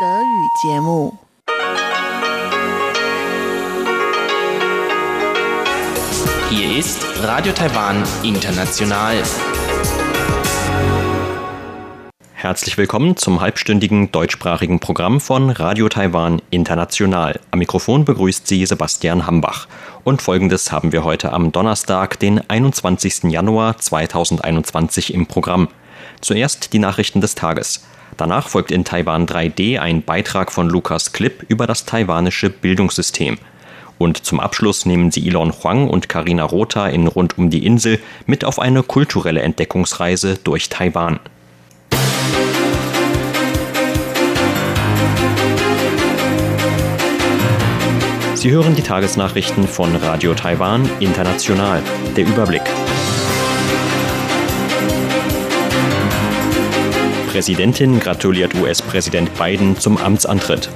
Hier ist Radio Taiwan International. Herzlich willkommen zum halbstündigen deutschsprachigen Programm von Radio Taiwan International. Am Mikrofon begrüßt Sie Sebastian Hambach. Und Folgendes haben wir heute am Donnerstag, den 21. Januar 2021 im Programm. Zuerst die Nachrichten des Tages. Danach folgt in Taiwan 3D ein Beitrag von Lukas Klipp über das taiwanische Bildungssystem. Und zum Abschluss nehmen Sie Ilon Huang und Carina Rotha in Rund um die Insel mit auf eine kulturelle Entdeckungsreise durch Taiwan. Sie hören die Tagesnachrichten von Radio Taiwan International. Der Überblick. Präsidentin gratuliert US-Präsident Biden zum Amtsantritt.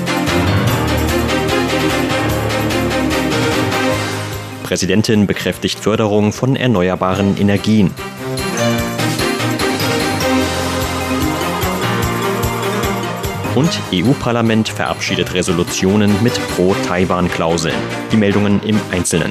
Präsidentin bekräftigt Förderung von erneuerbaren Energien. Und EU-Parlament verabschiedet Resolutionen mit Pro-Taiwan-Klauseln. Die Meldungen im Einzelnen.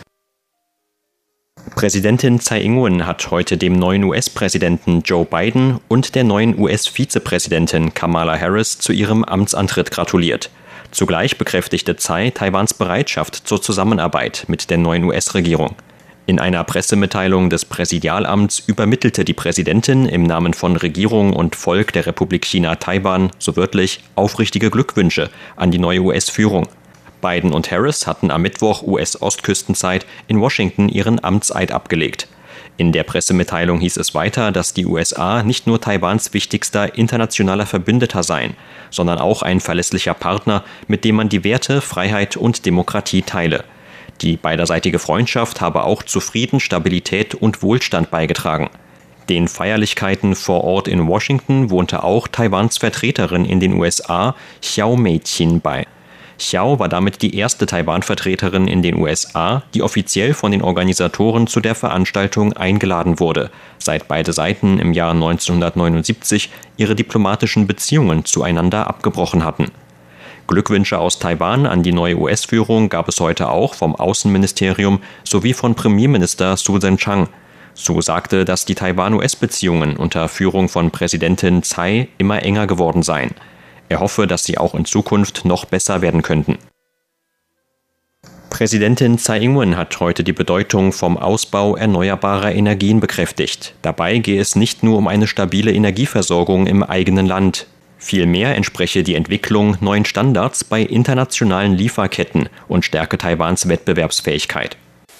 Präsidentin Tsai Ing-wen hat heute dem neuen US-Präsidenten Joe Biden und der neuen US-Vizepräsidentin Kamala Harris zu ihrem Amtsantritt gratuliert. Zugleich bekräftigte Tsai Taiwans Bereitschaft zur Zusammenarbeit mit der neuen US-Regierung. In einer Pressemitteilung des Präsidialamts übermittelte die Präsidentin im Namen von Regierung und Volk der Republik China Taiwan, so wörtlich, aufrichtige Glückwünsche an die neue US-Führung. Biden und Harris hatten am Mittwoch US-Ostküstenzeit in Washington ihren Amtseid abgelegt. In der Pressemitteilung hieß es weiter, dass die USA nicht nur Taiwans wichtigster internationaler Verbündeter seien, sondern auch ein verlässlicher Partner, mit dem man die Werte Freiheit und Demokratie teile. Die beiderseitige Freundschaft habe auch zu Frieden, Stabilität und Wohlstand beigetragen. Den Feierlichkeiten vor Ort in Washington wohnte auch Taiwans Vertreterin in den USA, Xiao Mei-Chin, bei. Xiao war damit die erste Taiwan-Vertreterin in den USA, die offiziell von den Organisatoren zu der Veranstaltung eingeladen wurde, seit beide Seiten im Jahr 1979 ihre diplomatischen Beziehungen zueinander abgebrochen hatten. Glückwünsche aus Taiwan an die neue US-Führung gab es heute auch vom Außenministerium sowie von Premierminister Su Tseng-Chang. Su sagte, dass die Taiwan-US-Beziehungen unter Führung von Präsidentin Tsai immer enger geworden seien. Er hoffe, dass sie auch in Zukunft noch besser werden könnten. Präsidentin Tsai Ing-wen hat heute die Bedeutung vom Ausbau erneuerbarer Energien bekräftigt. Dabei gehe es nicht nur um eine stabile Energieversorgung im eigenen Land. Vielmehr entspreche die Entwicklung neuen Standards bei internationalen Lieferketten und stärke Taiwans Wettbewerbsfähigkeit.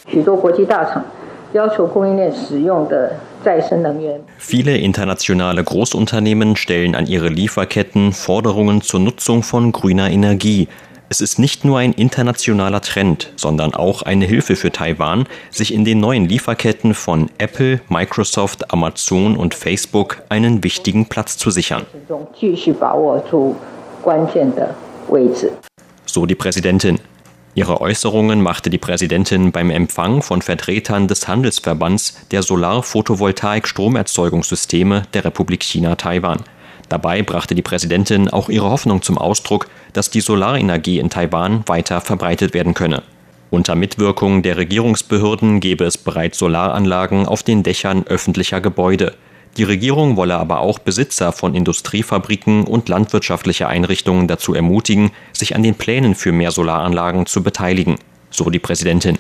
Viele internationale Großunternehmen stellen an ihre Lieferketten Forderungen zur Nutzung von grüner Energie. Es ist nicht nur ein internationaler Trend, sondern auch eine Hilfe für Taiwan, sich in den neuen Lieferketten von Apple, Microsoft, Amazon und Facebook einen wichtigen Platz zu sichern. So die Präsidentin. Ihre Äußerungen machte die Präsidentin beim Empfang von Vertretern des Handelsverbands der Solar-Photovoltaik-Stromerzeugungssysteme der Republik China Taiwan. Dabei brachte die Präsidentin auch ihre Hoffnung zum Ausdruck, dass die Solarenergie in Taiwan weiter verbreitet werden könne. Unter Mitwirkung der Regierungsbehörden gebe es bereits Solaranlagen auf den Dächern öffentlicher Gebäude. Die Regierung wolle aber auch Besitzer von Industriefabriken und landwirtschaftliche Einrichtungen dazu ermutigen, sich an den Plänen für mehr Solaranlagen zu beteiligen, so die Präsidentin.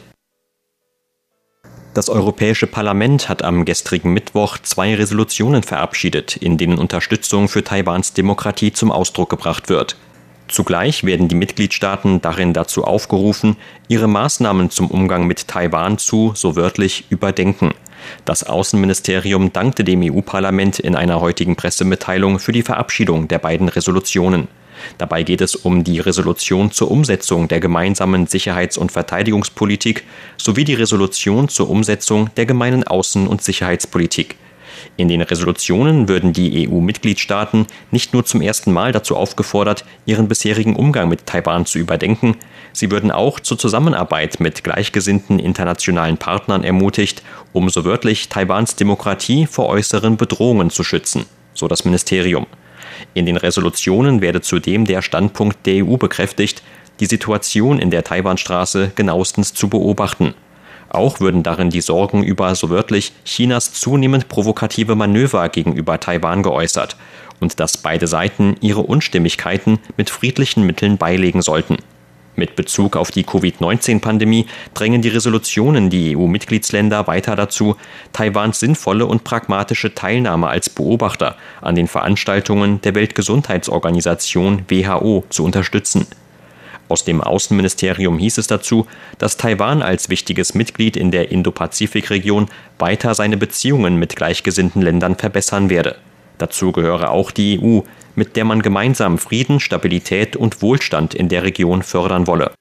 Das Europäische Parlament hat am gestrigen Mittwoch 2 Resolutionen verabschiedet, in denen Unterstützung für Taiwans Demokratie zum Ausdruck gebracht wird. Zugleich werden die Mitgliedstaaten darin dazu aufgerufen, ihre Maßnahmen zum Umgang mit Taiwan zu, so wörtlich, überdenken. Das Außenministerium dankte dem EU-Parlament in einer heutigen Pressemitteilung für die Verabschiedung der beiden Resolutionen. Dabei geht es um die Resolution zur Umsetzung der gemeinsamen Sicherheits- und Verteidigungspolitik sowie die Resolution zur Umsetzung der gemeinen Außen- und Sicherheitspolitik. In den Resolutionen würden die EU-Mitgliedstaaten nicht nur zum ersten Mal dazu aufgefordert, ihren bisherigen Umgang mit Taiwan zu überdenken, sie würden auch zur Zusammenarbeit mit gleichgesinnten internationalen Partnern ermutigt, um so wörtlich Taiwans Demokratie vor äußeren Bedrohungen zu schützen, so das Ministerium. In den Resolutionen werde zudem der Standpunkt der EU bekräftigt, die Situation in der Taiwanstraße genauestens zu beobachten. Auch würden darin die Sorgen über, so wörtlich, Chinas zunehmend provokative Manöver gegenüber Taiwan geäußert und dass beide Seiten ihre Unstimmigkeiten mit friedlichen Mitteln beilegen sollten. Mit Bezug auf die Covid-19-Pandemie drängen die Resolutionen die EU-Mitgliedsländer weiter dazu, Taiwans sinnvolle und pragmatische Teilnahme als Beobachter an den Veranstaltungen der Weltgesundheitsorganisation WHO zu unterstützen. Aus dem Außenministerium hieß es dazu, dass Taiwan als wichtiges Mitglied in der Indo-Pazifik-Region weiter seine Beziehungen mit gleichgesinnten Ländern verbessern werde. Dazu gehöre auch die EU, mit der man gemeinsam Frieden, Stabilität und Wohlstand in der Region fördern wolle.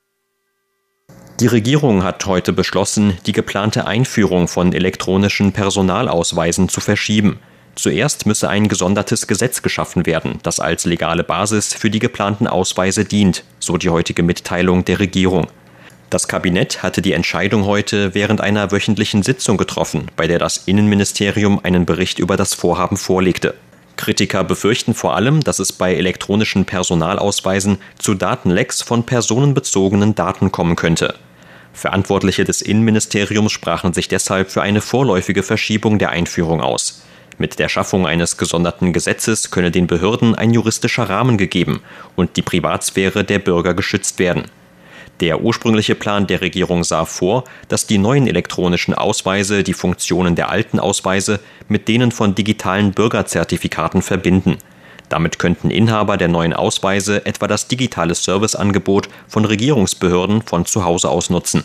Die Regierung hat heute beschlossen, die geplante Einführung von elektronischen Personalausweisen zu verschieben. Zuerst müsse ein gesondertes Gesetz geschaffen werden, das als legale Basis für die geplanten Ausweise dient, so die heutige Mitteilung der Regierung. Das Kabinett hatte die Entscheidung heute während einer wöchentlichen Sitzung getroffen, bei der das Innenministerium einen Bericht über das Vorhaben vorlegte. Kritiker befürchten vor allem, dass es bei elektronischen Personalausweisen zu Datenlecks von personenbezogenen Daten kommen könnte. Verantwortliche des Innenministeriums sprachen sich deshalb für eine vorläufige Verschiebung der Einführung aus. Mit der Schaffung eines gesonderten Gesetzes könne den Behörden ein juristischer Rahmen gegeben und die Privatsphäre der Bürger geschützt werden. Der ursprüngliche Plan der Regierung sah vor, dass die neuen elektronischen Ausweise die Funktionen der alten Ausweise mit denen von digitalen Bürgerzertifikaten verbinden. Damit könnten Inhaber der neuen Ausweise etwa das digitale Serviceangebot von Regierungsbehörden von zu Hause aus nutzen.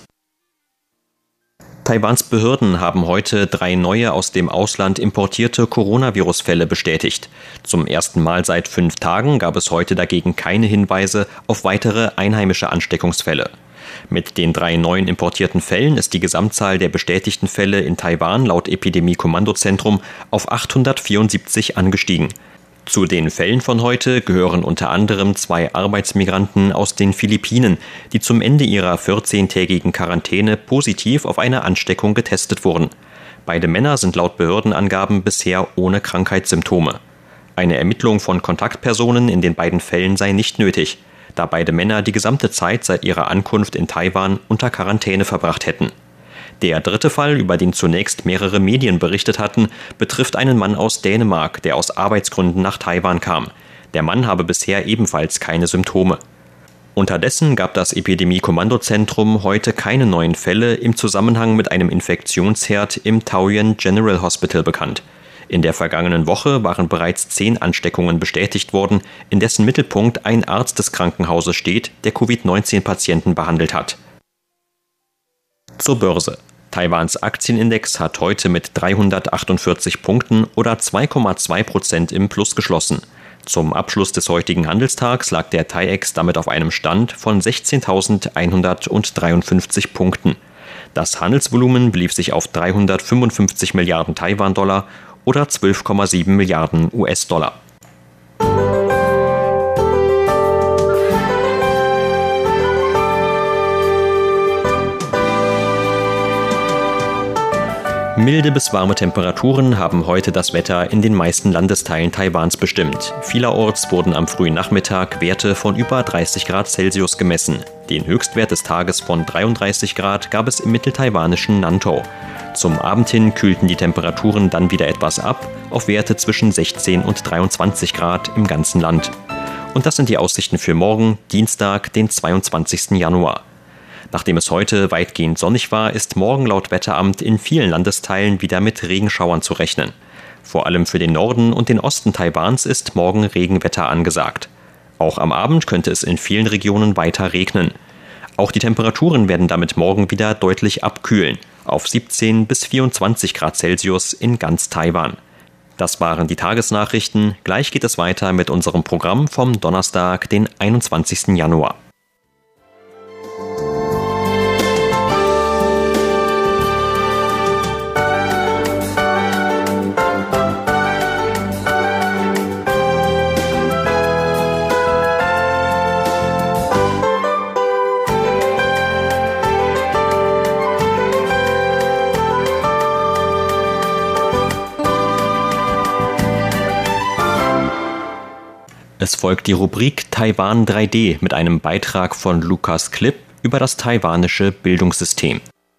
Taiwans Behörden haben heute 3 neue aus dem Ausland importierte Coronavirus-Fälle bestätigt. Zum ersten Mal seit 5 Tagen gab es heute dagegen keine Hinweise auf weitere einheimische Ansteckungsfälle. Mit den 3 neuen importierten Fällen ist die Gesamtzahl der bestätigten Fälle in Taiwan laut Epidemie-Kommandozentrum auf 874 angestiegen. Zu den Fällen von heute gehören unter anderem 2 Arbeitsmigranten aus den Philippinen, die zum Ende ihrer 14-tägigen Quarantäne positiv auf eine Ansteckung getestet wurden. Beide Männer sind laut Behördenangaben bisher ohne Krankheitssymptome. Eine Ermittlung von Kontaktpersonen in den beiden Fällen sei nicht nötig, da beide Männer die gesamte Zeit seit ihrer Ankunft in Taiwan unter Quarantäne verbracht hätten. Der dritte Fall, über den zunächst mehrere Medien berichtet hatten, betrifft einen Mann aus Dänemark, der aus Arbeitsgründen nach Taiwan kam. Der Mann habe bisher ebenfalls keine Symptome. Unterdessen gab das Epidemie-Kommandozentrum heute keine neuen Fälle im Zusammenhang mit einem Infektionsherd im Taoyuan General Hospital bekannt. In der vergangenen Woche waren bereits 10 Ansteckungen bestätigt worden, in dessen Mittelpunkt ein Arzt des Krankenhauses steht, der Covid-19-Patienten behandelt hat. Zur Börse. Taiwans Aktienindex hat heute mit 348 Punkten oder 2,2% im Plus geschlossen. Zum Abschluss des heutigen Handelstags lag der TAIEX damit auf einem Stand von 16.153 Punkten. Das Handelsvolumen belief sich auf 355 Milliarden Taiwan-Dollar oder 12,7 Milliarden US-Dollar. Milde bis warme Temperaturen haben heute das Wetter in den meisten Landesteilen Taiwans bestimmt. Vielerorts wurden am frühen Nachmittag Werte von über 30 Grad Celsius gemessen. Den Höchstwert des Tages von 33 Grad gab es im mitteltaiwanischen Nantou. Zum Abend hin kühlten die Temperaturen dann wieder etwas ab, auf Werte zwischen 16 und 23 Grad im ganzen Land. Und das sind die Aussichten für morgen, Dienstag, den 22. Januar. Nachdem es heute weitgehend sonnig war, ist morgen laut Wetteramt in vielen Landesteilen wieder mit Regenschauern zu rechnen. Vor allem für den Norden und den Osten Taiwans ist morgen Regenwetter angesagt. Auch am Abend könnte es in vielen Regionen weiter regnen. Auch die Temperaturen werden damit morgen wieder deutlich abkühlen, auf 17 bis 24 Grad Celsius in ganz Taiwan. Das waren die Tagesnachrichten. Gleich geht es weiter mit unserem Programm vom Donnerstag, den 21. Januar. Es folgt die Rubrik Taiwan 3D mit einem Beitrag von Lukas Klipp über das taiwanische Bildungssystem.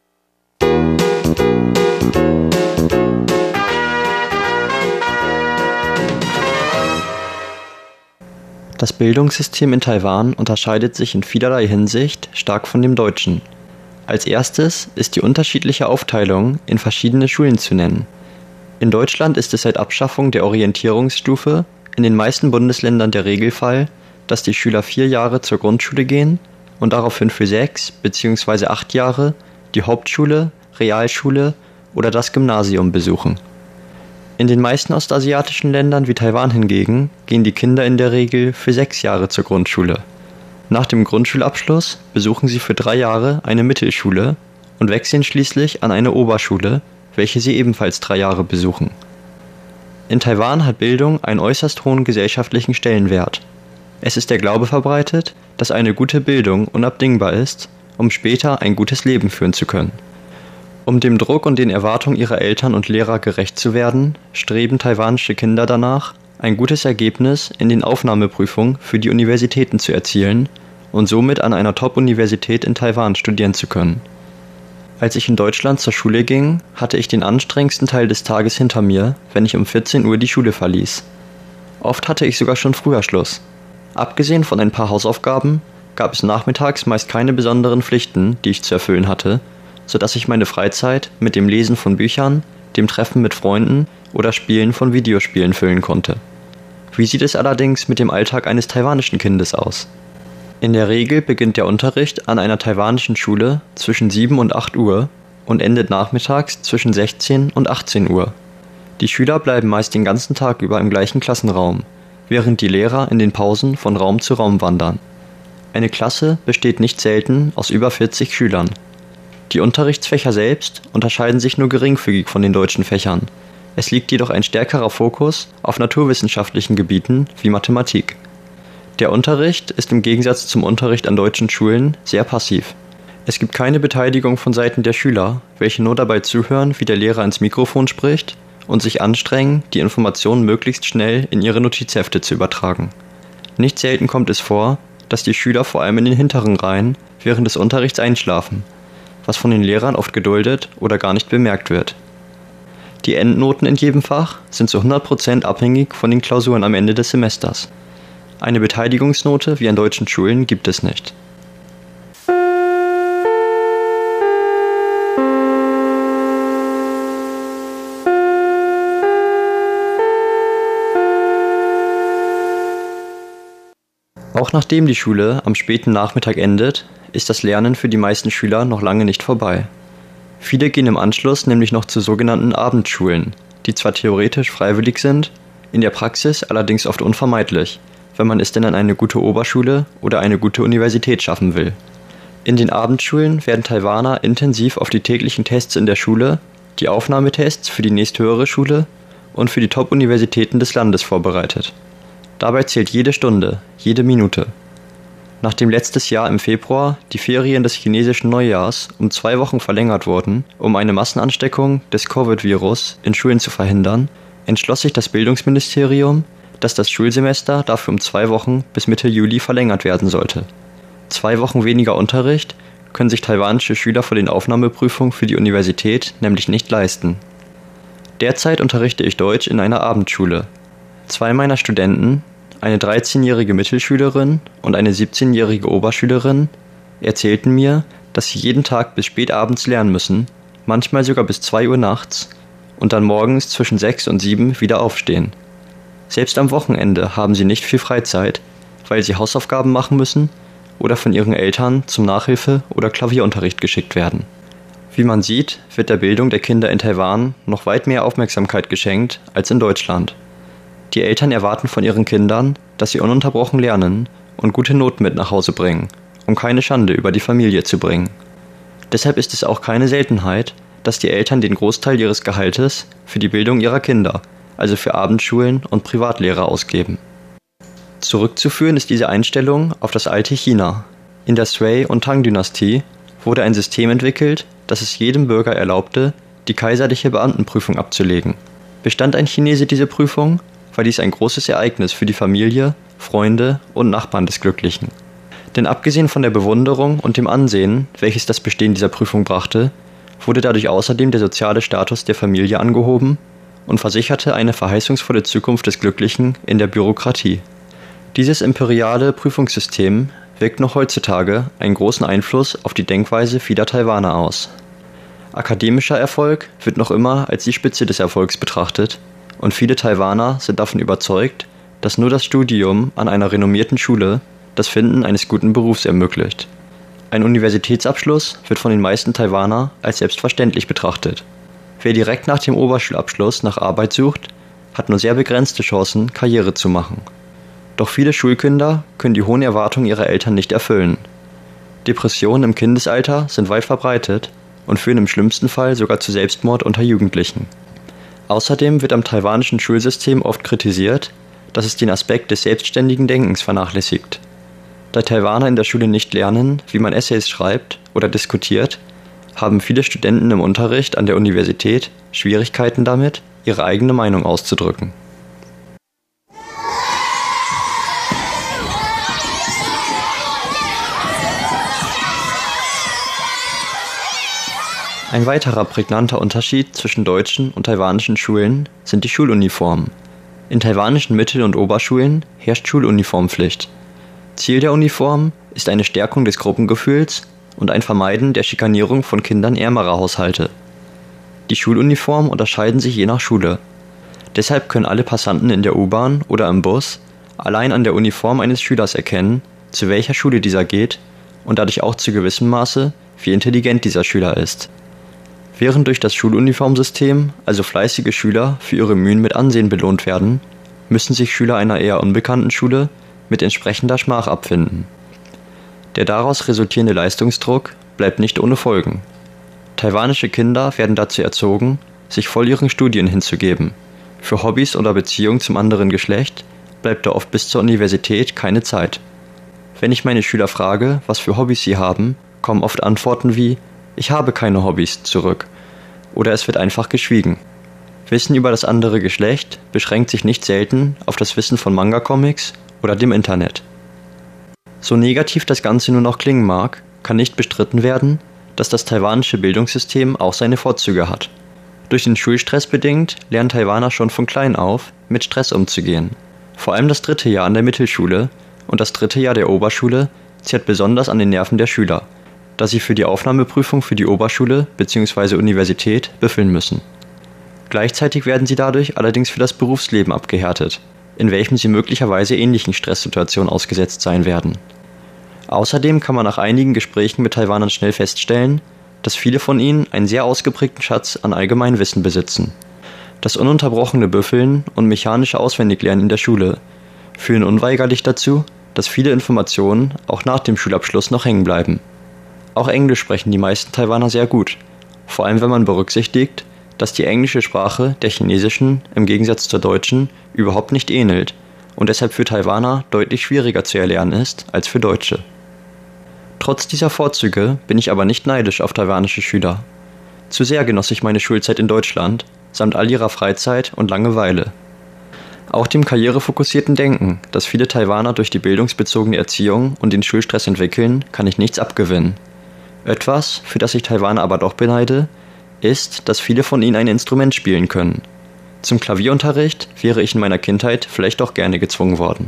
Das Bildungssystem in Taiwan unterscheidet sich in vielerlei Hinsicht stark von dem deutschen. Als erstes ist die unterschiedliche Aufteilung in verschiedene Schulen zu nennen. In Deutschland ist es seit Abschaffung der Orientierungsstufe in den meisten Bundesländern der Regelfall, dass die Schüler 4 Jahre zur Grundschule gehen und daraufhin für 6 bzw. 8 Jahre die Hauptschule, Realschule oder das Gymnasium besuchen. In den meisten ostasiatischen Ländern wie Taiwan hingegen gehen die Kinder in der Regel für 6 Jahre zur Grundschule. Nach dem Grundschulabschluss besuchen sie für 3 Jahre eine Mittelschule und wechseln schließlich an eine Oberschule, welche sie ebenfalls 3 Jahre besuchen. In Taiwan hat Bildung einen äußerst hohen gesellschaftlichen Stellenwert. Es ist der Glaube verbreitet, dass eine gute Bildung unabdingbar ist, um später ein gutes Leben führen zu können. Um dem Druck und den Erwartungen ihrer Eltern und Lehrer gerecht zu werden, streben taiwanische Kinder danach, ein gutes Ergebnis in den Aufnahmeprüfungen für die Universitäten zu erzielen und somit an einer Top-Universität in Taiwan studieren zu können. Als ich in Deutschland zur Schule ging, hatte ich den anstrengendsten Teil des Tages hinter mir, wenn ich um 14 Uhr die Schule verließ. Oft hatte ich sogar schon früher Schluss. Abgesehen von ein paar Hausaufgaben gab es nachmittags meist keine besonderen Pflichten, die ich zu erfüllen hatte, sodass ich meine Freizeit mit dem Lesen von Büchern, dem Treffen mit Freunden oder Spielen von Videospielen füllen konnte. Wie sieht es allerdings mit dem Alltag eines taiwanischen Kindes aus? In der Regel beginnt der Unterricht an einer taiwanischen Schule zwischen 7 und 8 Uhr und endet nachmittags zwischen 16 und 18 Uhr. Die Schüler bleiben meist den ganzen Tag über im gleichen Klassenraum, während die Lehrer in den Pausen von Raum zu Raum wandern. Eine Klasse besteht nicht selten aus über 40 Schülern. Die Unterrichtsfächer selbst unterscheiden sich nur geringfügig von den deutschen Fächern. Es liegt jedoch ein stärkerer Fokus auf naturwissenschaftlichen Gebieten wie Mathematik. Der Unterricht ist im Gegensatz zum Unterricht an deutschen Schulen sehr passiv. Es gibt keine Beteiligung von Seiten der Schüler, welche nur dabei zuhören, wie der Lehrer ins Mikrofon spricht und sich anstrengen, die Informationen möglichst schnell in ihre Notizhefte zu übertragen. Nicht selten kommt es vor, dass die Schüler vor allem in den hinteren Reihen während des Unterrichts einschlafen, was von den Lehrern oft geduldet oder gar nicht bemerkt wird. Die Endnoten in jedem Fach sind zu 100% abhängig von den Klausuren am Ende des Semesters. Eine Beteiligungsnote wie an deutschen Schulen gibt es nicht. Auch nachdem die Schule am späten Nachmittag endet, ist das Lernen für die meisten Schüler noch lange nicht vorbei. Viele gehen im Anschluss nämlich noch zu sogenannten Abendschulen, die zwar theoretisch freiwillig sind, in der Praxis allerdings oft unvermeidlich, wenn man es denn an eine gute Oberschule oder eine gute Universität schaffen will. In den Abendschulen werden Taiwaner intensiv auf die täglichen Tests in der Schule, die Aufnahmetests für die nächsthöhere Schule und für die Top-Universitäten des Landes vorbereitet. Dabei zählt jede Stunde, jede Minute. Nachdem letztes Jahr im Februar die Ferien des chinesischen Neujahrs um 2 Wochen verlängert wurden, um eine Massenansteckung des Covid-Virus in Schulen zu verhindern, entschloss sich das Bildungsministerium, dass das Schulsemester dafür um 2 Wochen bis Mitte Juli verlängert werden sollte. 2 Wochen weniger Unterricht können sich taiwanische Schüler vor den Aufnahmeprüfungen für die Universität nämlich nicht leisten. Derzeit unterrichte ich Deutsch in einer Abendschule. 2 meiner Studenten, eine 13-jährige Mittelschülerin und eine 17-jährige Oberschülerin, erzählten mir, dass sie jeden Tag bis spät abends lernen müssen, manchmal sogar bis 2 Uhr nachts und dann morgens zwischen 6 und 7 wieder aufstehen. Selbst am Wochenende haben sie nicht viel Freizeit, weil sie Hausaufgaben machen müssen oder von ihren Eltern zum Nachhilfe- oder Klavierunterricht geschickt werden. Wie man sieht, wird der Bildung der Kinder in Taiwan noch weit mehr Aufmerksamkeit geschenkt als in Deutschland. Die Eltern erwarten von ihren Kindern, dass sie ununterbrochen lernen und gute Noten mit nach Hause bringen, um keine Schande über die Familie zu bringen. Deshalb ist es auch keine Seltenheit, dass die Eltern den Großteil ihres Gehaltes für die Bildung ihrer Kinder, also für Abendschulen und Privatlehrer, ausgeben. Zurückzuführen ist diese Einstellung auf das alte China. In der Sui- und Tang-Dynastie wurde ein System entwickelt, das es jedem Bürger erlaubte, die kaiserliche Beamtenprüfung abzulegen. Bestand ein Chinese diese Prüfung, war dies ein großes Ereignis für die Familie Freunde und Nachbarn des Glücklichen. Denn abgesehen von der Bewunderung und dem Ansehen, welches das Bestehen dieser Prüfung brachte, wurde dadurch außerdem der soziale Status der Familie angehoben und versicherte eine verheißungsvolle Zukunft des Glücklichen in der Bürokratie. Dieses imperiale Prüfungssystem wirkt noch heutzutage einen großen Einfluss auf die Denkweise vieler Taiwaner aus. Akademischer Erfolg wird noch immer als die Spitze des Erfolgs betrachtet und viele Taiwaner sind davon überzeugt, dass nur das Studium an einer renommierten Schule das Finden eines guten Berufs ermöglicht. Ein Universitätsabschluss wird von den meisten Taiwaner als selbstverständlich betrachtet. Wer direkt nach dem Oberschulabschluss nach Arbeit sucht, hat nur sehr begrenzte Chancen, Karriere zu machen. Doch viele Schulkinder können die hohen Erwartungen ihrer Eltern nicht erfüllen. Depressionen im Kindesalter sind weit verbreitet und führen im schlimmsten Fall sogar zu Selbstmord unter Jugendlichen. Außerdem wird am taiwanischen Schulsystem oft kritisiert, dass es den Aspekt des selbstständigen Denkens vernachlässigt. Da Taiwaner in der Schule nicht lernen, wie man Essays schreibt oder diskutiert, haben viele Studenten im Unterricht an der Universität Schwierigkeiten damit, ihre eigene Meinung auszudrücken. Ein weiterer prägnanter Unterschied zwischen deutschen und taiwanischen Schulen sind die Schuluniformen. In taiwanischen Mittel- und Oberschulen herrscht Schuluniformpflicht. Ziel der Uniform ist eine Stärkung des Gruppengefühls und ein Vermeiden der Schikanierung von Kindern ärmerer Haushalte. Die Schuluniformen unterscheiden sich je nach Schule. Deshalb können alle Passanten in der U-Bahn oder im Bus allein an der Uniform eines Schülers erkennen, zu welcher Schule dieser geht und dadurch auch zu gewissem Maße, wie intelligent dieser Schüler ist. Während durch das Schuluniformsystem also fleißige Schüler für ihre Mühen mit Ansehen belohnt werden, müssen sich Schüler einer eher unbekannten Schule mit entsprechender Schmach abfinden. Der daraus resultierende Leistungsdruck bleibt nicht ohne Folgen. Taiwanische Kinder werden dazu erzogen, sich voll ihren Studien hinzugeben. Für Hobbys oder Beziehungen zum anderen Geschlecht bleibt da oft bis zur Universität keine Zeit. Wenn ich meine Schüler frage, was für Hobbys sie haben, kommen oft Antworten wie „Ich habe keine Hobbys" zurück. Oder es wird einfach geschwiegen. Wissen über das andere Geschlecht beschränkt sich nicht selten auf das Wissen von Manga-Comics oder dem Internet. So negativ das Ganze nur noch klingen mag, kann nicht bestritten werden, dass das taiwanische Bildungssystem auch seine Vorzüge hat. Durch den Schulstress bedingt lernen Taiwaner schon von klein auf, mit Stress umzugehen. Vor allem das 3. Jahr an der Mittelschule und das 3. Jahr der Oberschule zehrt besonders an den Nerven der Schüler, da sie für die Aufnahmeprüfung für die Oberschule bzw. Universität büffeln müssen. Gleichzeitig werden sie dadurch allerdings für das Berufsleben abgehärtet, in welchem sie möglicherweise ähnlichen Stresssituationen ausgesetzt sein werden. Außerdem kann man nach einigen Gesprächen mit Taiwanern schnell feststellen, dass viele von ihnen einen sehr ausgeprägten Schatz an Allgemeinwissen besitzen. Das ununterbrochene Büffeln und mechanische Auswendiglernen in der Schule führen unweigerlich dazu, dass viele Informationen auch nach dem Schulabschluss noch hängen bleiben. Auch Englisch sprechen die meisten Taiwaner sehr gut, vor allem wenn man berücksichtigt, dass die englische Sprache der chinesischen im Gegensatz zur deutschen überhaupt nicht ähnelt und deshalb für Taiwaner deutlich schwieriger zu erlernen ist als für Deutsche. Trotz dieser Vorzüge bin ich aber nicht neidisch auf taiwanische Schüler. Zu sehr genoss ich meine Schulzeit in Deutschland, samt all ihrer Freizeit und Langeweile. Auch dem karrierefokussierten Denken, das viele Taiwaner durch die bildungsbezogene Erziehung und den Schulstress entwickeln, kann ich nichts abgewinnen. Etwas, für das ich Taiwaner aber doch beneide, ist, dass viele von ihnen ein Instrument spielen können. Zum Klavierunterricht wäre ich in meiner Kindheit vielleicht doch gerne gezwungen worden.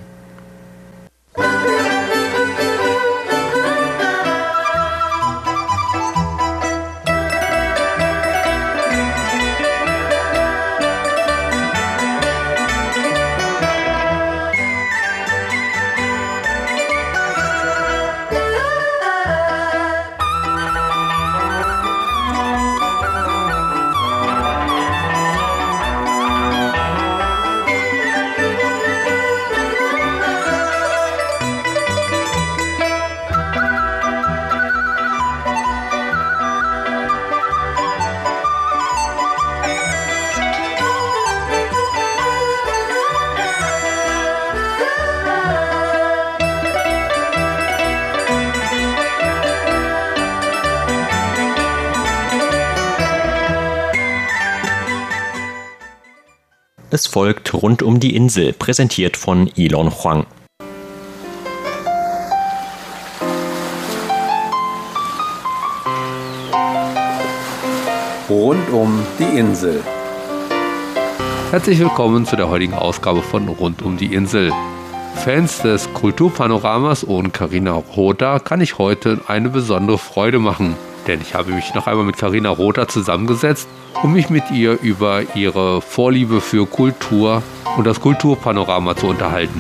Es folgt Rund um die Insel, präsentiert von Elon Huang. Rund um die Insel. Herzlich willkommen zu der heutigen Ausgabe von Rund um die Insel. Fans des Kulturpanoramas und Carina Rother kann ich heute eine besondere Freude machen. Denn ich habe mich noch einmal mit Carina Rother zusammengesetzt, um mich mit ihr über ihre Vorliebe für Kultur und das Kulturpanorama zu unterhalten.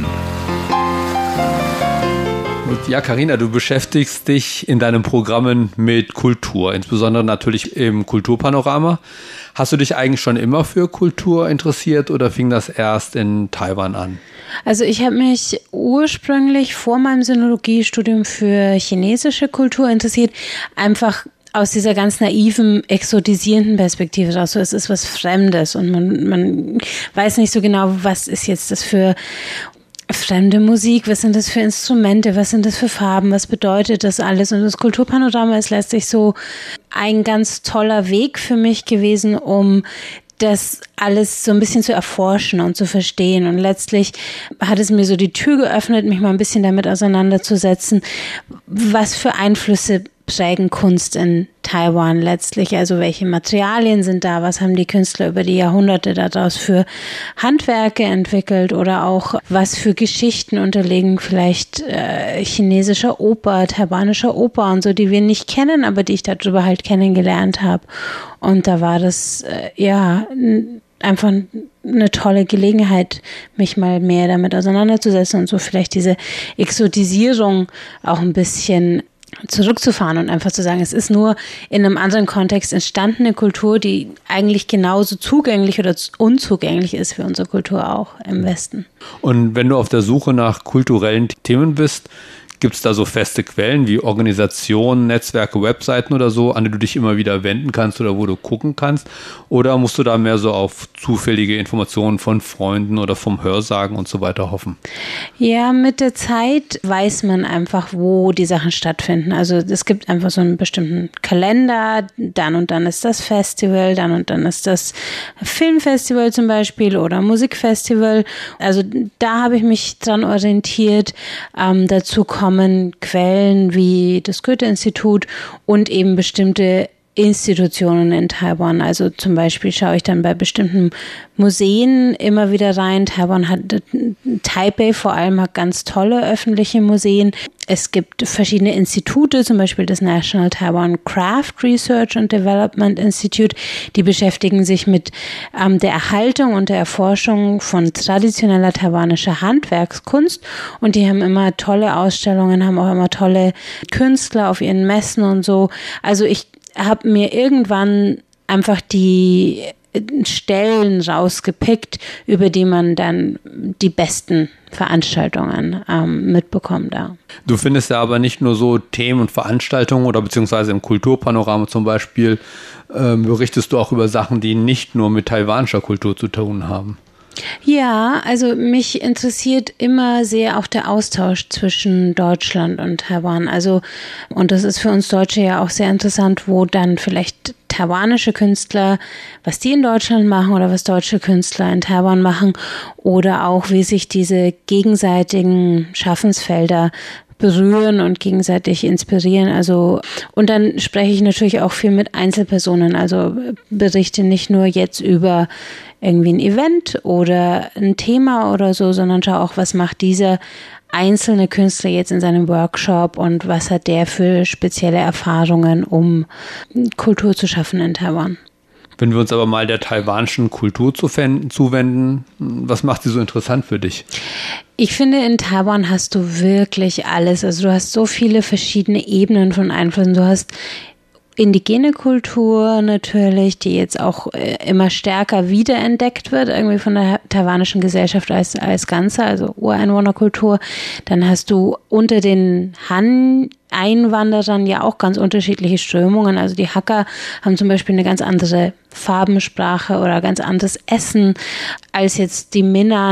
Ja, Carina, du beschäftigst dich in deinen Programmen mit Kultur, insbesondere natürlich im Kulturpanorama. Hast du dich eigentlich schon immer für Kultur interessiert oder fing das erst in Taiwan an? Also ich habe mich ursprünglich vor meinem Sinologiestudium für chinesische Kultur interessiert, einfach aus dieser ganz naiven, exotisierenden Perspektive raus. So, es ist was Fremdes und man weiß nicht so genau, was ist jetzt das für fremde Musik, was sind das für Instrumente, was sind das für Farben, was bedeutet das alles? Und das Kulturpanorama ist letztlich so ein ganz toller Weg für mich gewesen, um das alles so ein bisschen zu erforschen und zu verstehen. Und letztlich hat es mir so die Tür geöffnet, mich mal ein bisschen damit auseinanderzusetzen, was für Einflüsse prägen Kunst in Taiwan letztlich, also welche Materialien sind da, was haben die Künstler über die Jahrhunderte daraus für Handwerke entwickelt oder auch was für Geschichten unterliegen vielleicht chinesischer Oper, taiwanischer Oper und so, die wir nicht kennen, aber die ich darüber halt kennengelernt habe. Und da war das einfach eine tolle Gelegenheit, mich mal mehr damit auseinanderzusetzen und so vielleicht diese Exotisierung auch ein bisschen zurückzufahren und einfach zu sagen, es ist nur in einem anderen Kontext entstandene Kultur, die eigentlich genauso zugänglich oder unzugänglich ist wie unsere Kultur auch im Westen. Und wenn du auf der Suche nach kulturellen Themen bist, gibt es da so feste Quellen wie Organisationen, Netzwerke, Webseiten oder so, an die du dich immer wieder wenden kannst oder wo du gucken kannst? Oder musst du da mehr so auf zufällige Informationen von Freunden oder vom Hörsagen und so weiter hoffen? Ja, mit der Zeit weiß man einfach, wo die Sachen stattfinden. Also es gibt einfach so einen bestimmten Kalender, dann und dann ist das Festival, dann und dann ist das Filmfestival zum Beispiel oder Musikfestival. Also da habe ich mich dran orientiert. Dazu kommen Quellen wie das Goethe-Institut und eben bestimmte Institutionen in Taiwan. Also zum Beispiel schaue ich dann bei bestimmten Museen immer wieder rein. Taipei vor allem hat ganz tolle öffentliche Museen. Es gibt verschiedene Institute, zum Beispiel das National Taiwan Craft Research and Development Institute, die beschäftigen sich mit der Erhaltung und der Erforschung von traditioneller taiwanischer Handwerkskunst und die haben immer tolle Ausstellungen, haben auch immer tolle Künstler auf ihren Messen und so. Also ich habe mir irgendwann einfach die Stellen rausgepickt, über die man dann die besten Veranstaltungen mitbekommt. Ja. Du findest ja aber nicht nur so Themen und Veranstaltungen oder beziehungsweise im Kulturpanorama zum Beispiel berichtest du auch über Sachen, die nicht nur mit taiwanischer Kultur zu tun haben. Ja, also mich interessiert immer sehr auch der Austausch zwischen Deutschland und Taiwan. Also, und das ist für uns Deutsche ja auch sehr interessant, wo dann vielleicht taiwanische Künstler, was die in Deutschland machen oder was deutsche Künstler in Taiwan machen oder auch wie sich diese gegenseitigen Schaffensfelder berühren und gegenseitig inspirieren. Also, und dann spreche ich natürlich auch viel mit Einzelpersonen. Also berichte nicht nur jetzt über irgendwie ein Event oder ein Thema oder so, sondern schaue auch, was macht dieser einzelne Künstler jetzt in seinem Workshop und was hat der für spezielle Erfahrungen, um Kultur zu schaffen in Taiwan. Wenn wir uns aber mal der taiwanischen Kultur zuwenden, was macht sie so interessant für dich? Ich finde, in Taiwan hast du wirklich alles. Also du hast so viele verschiedene Ebenen von Einflüssen. Du hast indigene Kultur natürlich, die jetzt auch immer stärker wiederentdeckt wird, irgendwie von der taiwanischen Gesellschaft als Ganze, also Ureinwohnerkultur. Dann hast du unter den Han-Einwanderern ja auch ganz unterschiedliche Strömungen. Also die Hakka haben zum Beispiel eine ganz andere Farbensprache oder ganz anderes Essen als jetzt die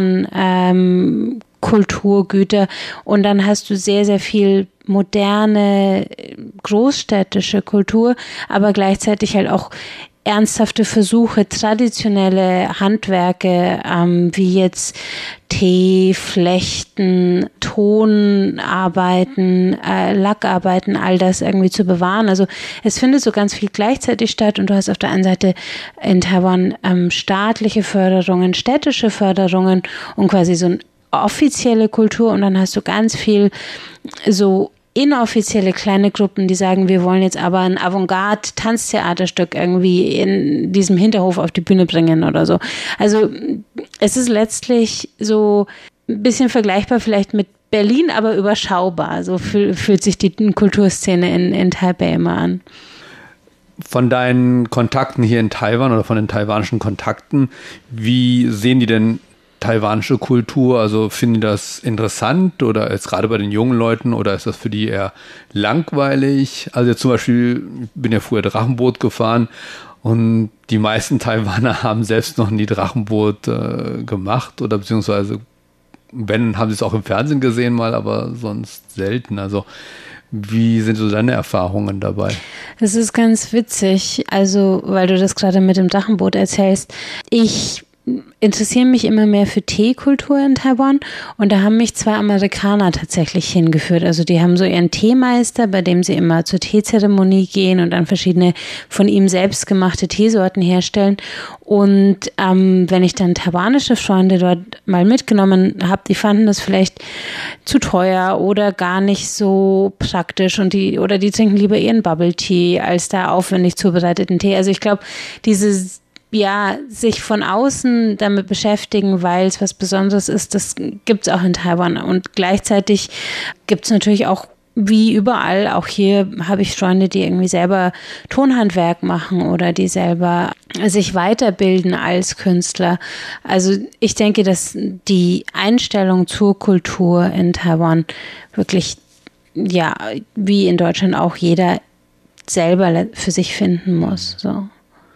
Minnan Kulturgüter. Und dann hast du sehr, sehr viel moderne, großstädtische Kultur, aber gleichzeitig halt auch ernsthafte Versuche, traditionelle Handwerke wie jetzt Tee, Flechten, Tonarbeiten, Lackarbeiten, all das irgendwie zu bewahren. Also es findet so ganz viel gleichzeitig statt und du hast auf der einen Seite in Taiwan staatliche Förderungen, städtische Förderungen und quasi so eine offizielle Kultur und dann hast du ganz viel so inoffizielle kleine Gruppen, die sagen, wir wollen jetzt aber ein Avantgarde-Tanztheaterstück irgendwie in diesem Hinterhof auf die Bühne bringen oder so. Also es ist letztlich so ein bisschen vergleichbar vielleicht mit Berlin, aber überschaubar. So fühlt sich die Kulturszene in Taipei immer an. Von deinen Kontakten hier in Taiwan oder von den taiwanischen Kontakten, wie sehen die denn taiwanische Kultur? Also finden die das interessant oder jetzt gerade bei den jungen Leuten oder ist das für die eher langweilig? Also jetzt zum Beispiel, ich bin ja früher Drachenboot gefahren und die meisten Taiwaner haben selbst noch nie Drachenboot gemacht oder beziehungsweise wenn, haben sie es auch im Fernsehen gesehen mal, aber sonst selten. Also wie sind so deine Erfahrungen dabei? Das ist ganz witzig, also weil du das gerade mit dem Drachenboot erzählst. Ich interessiere mich immer mehr für Teekultur in Taiwan und da haben mich 2 Amerikaner tatsächlich hingeführt. Also die haben so ihren Teemeister, bei dem sie immer zur Teezeremonie gehen und dann verschiedene von ihm selbst gemachte Teesorten herstellen. Und wenn ich dann taiwanische Freunde dort mal mitgenommen habe, die fanden das vielleicht zu teuer oder gar nicht so praktisch und die trinken lieber ihren Bubble Tea als da aufwendig zubereiteten Tee. Also ich glaube, sich von außen damit beschäftigen, weil es was Besonderes ist, das gibt es auch in Taiwan. Und gleichzeitig gibt es natürlich auch, wie überall, auch hier habe ich Freunde, die irgendwie selber Tonhandwerk machen oder die selber sich weiterbilden als Künstler. Also ich denke, dass die Einstellung zur Kultur in Taiwan wirklich, ja, wie in Deutschland auch jeder selber für sich finden muss, so.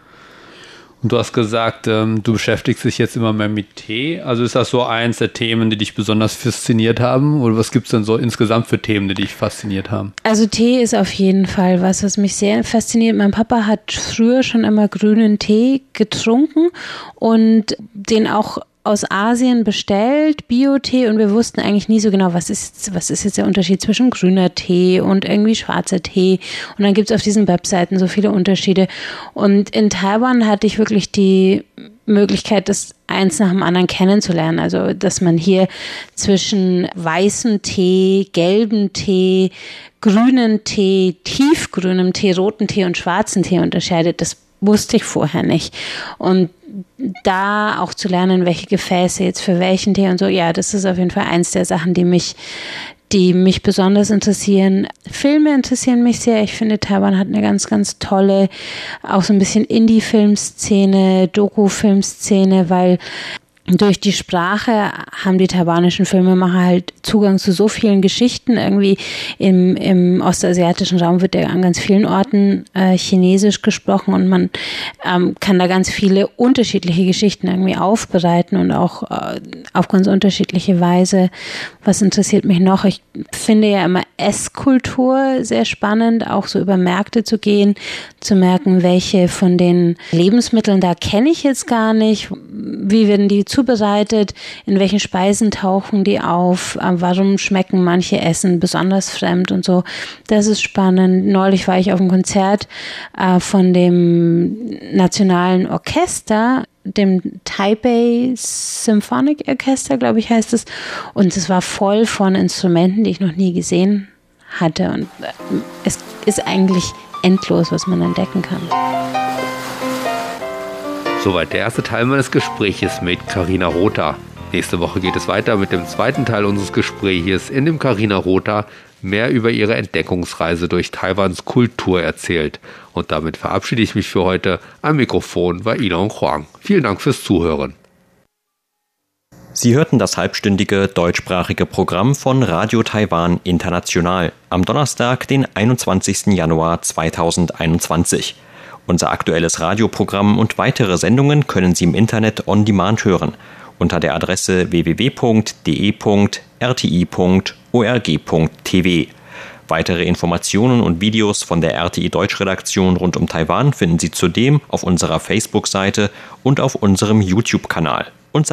Und du hast gesagt, du beschäftigst dich jetzt immer mehr mit Tee. Also ist das so eins der Themen, die dich besonders fasziniert haben? Oder was gibt es denn so insgesamt für Themen, die dich fasziniert haben? Also Tee ist auf jeden Fall was mich sehr fasziniert. Mein Papa hat früher schon immer grünen Tee getrunken und den auch aus Asien bestellt, Bio-Tee, und wir wussten eigentlich nie so genau, was ist jetzt der Unterschied zwischen grüner Tee und irgendwie schwarzer Tee. Und dann gibt es auf diesen Webseiten so viele Unterschiede. Und in Taiwan hatte ich wirklich die Möglichkeit, das eins nach dem anderen kennenzulernen. Also, dass man hier zwischen weißem Tee, gelbem Tee, grünen Tee, tiefgrünem Tee, roten Tee und schwarzen Tee unterscheidet. Das wusste ich vorher nicht. Und da auch zu lernen, welche Gefäße jetzt für welchen Tee und so, ja, das ist auf jeden Fall eins der Sachen, die mich besonders interessieren. Filme interessieren mich sehr. Ich finde, Taiwan hat eine ganz, ganz tolle, auch so ein bisschen Indie-Filmszene, Doku-Filmszene, weil durch die Sprache haben die taiwanischen Filmemacher halt Zugang zu so vielen Geschichten. Irgendwie im ostasiatischen Raum wird ja an ganz vielen Orten Chinesisch gesprochen und man kann da ganz viele unterschiedliche Geschichten irgendwie aufbereiten und auch auf ganz unterschiedliche Weise. Was interessiert mich noch? Ich finde ja immer Esskultur sehr spannend, auch so über Märkte zu gehen, zu merken, welche von den Lebensmitteln da kenne ich jetzt gar nicht, wie werden die zubereitet, in welchen Speisen tauchen die auf, warum schmecken manche Essen besonders fremd und so. Das ist spannend. Neulich war ich auf einem Konzert von dem Nationalen Orchester, dem Taipei Symphonic Orchester, glaube ich, heißt es. Und es war voll von Instrumenten, die ich noch nie gesehen hatte. Und es ist eigentlich endlos, was man entdecken kann. Soweit der erste Teil meines Gespräches mit Carina Rother. Nächste Woche geht es weiter mit dem zweiten Teil unseres Gespräches, in dem Carina Rother mehr über ihre Entdeckungsreise durch Taiwans Kultur erzählt. Und damit verabschiede ich mich für heute. Am Mikrofon war Ilon Huang. Vielen Dank fürs Zuhören. Sie hörten das halbstündige deutschsprachige Programm von Radio Taiwan International am Donnerstag, den 21. Januar 2021. Unser aktuelles Radioprogramm und weitere Sendungen können Sie im Internet on demand hören unter der Adresse www.de.rti.org.tv. Weitere Informationen und Videos von der RTI Deutsch-Redaktion rund um Taiwan finden Sie zudem auf unserer Facebook-Seite und auf unserem YouTube-Kanal.